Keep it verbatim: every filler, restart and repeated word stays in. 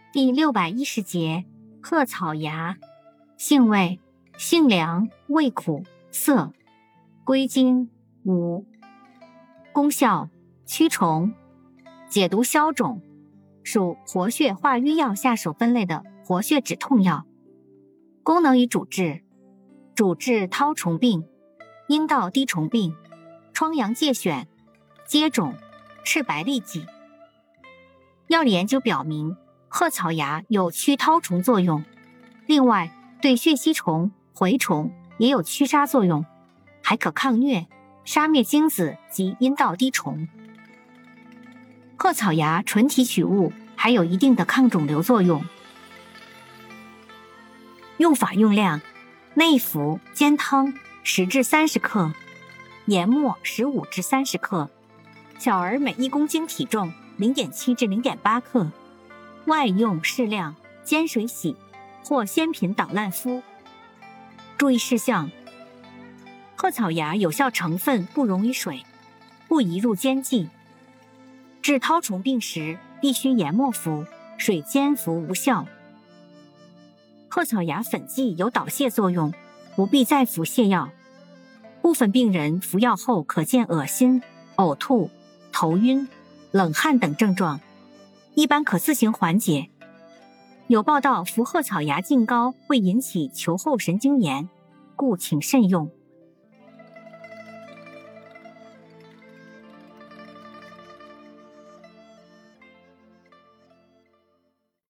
第六百一十节，鹤草芽，性味：性凉，味苦，涩，归经：无。功效：驱虫、解毒消肿，属活血化瘀药下属分类的活血止痛药。功能与主治：主治绦虫病、阴道滴虫病、疮疡疥癣、疖肿、赤白痢疾。药理研究表明，鹤草芽有驱绦虫作用，另外对血吸虫、蛔虫也有驱杀作用，还可抗疟，杀灭精子及阴道滴虫。鹤草芽纯提取物还有一定的抗肿瘤作用。用法用量：内服煎汤十至三十克，研末十五至三十克，小儿每一公斤体重 零点七 至 零点八 克，外用适量，煎水洗或鲜品捣烂敷。注意事项：鹤草芽有效成分不溶于水，不宜入煎剂。治绦虫病时必须研末服，水煎服无效。鹤草芽粉剂有导泻作用，不必再服泻药。部分病人服药后可见恶心、呕吐、头晕、冷汗等症状，一般可自行缓解。有报道服鹤草芽劲高会引起球后神经炎，故请慎用。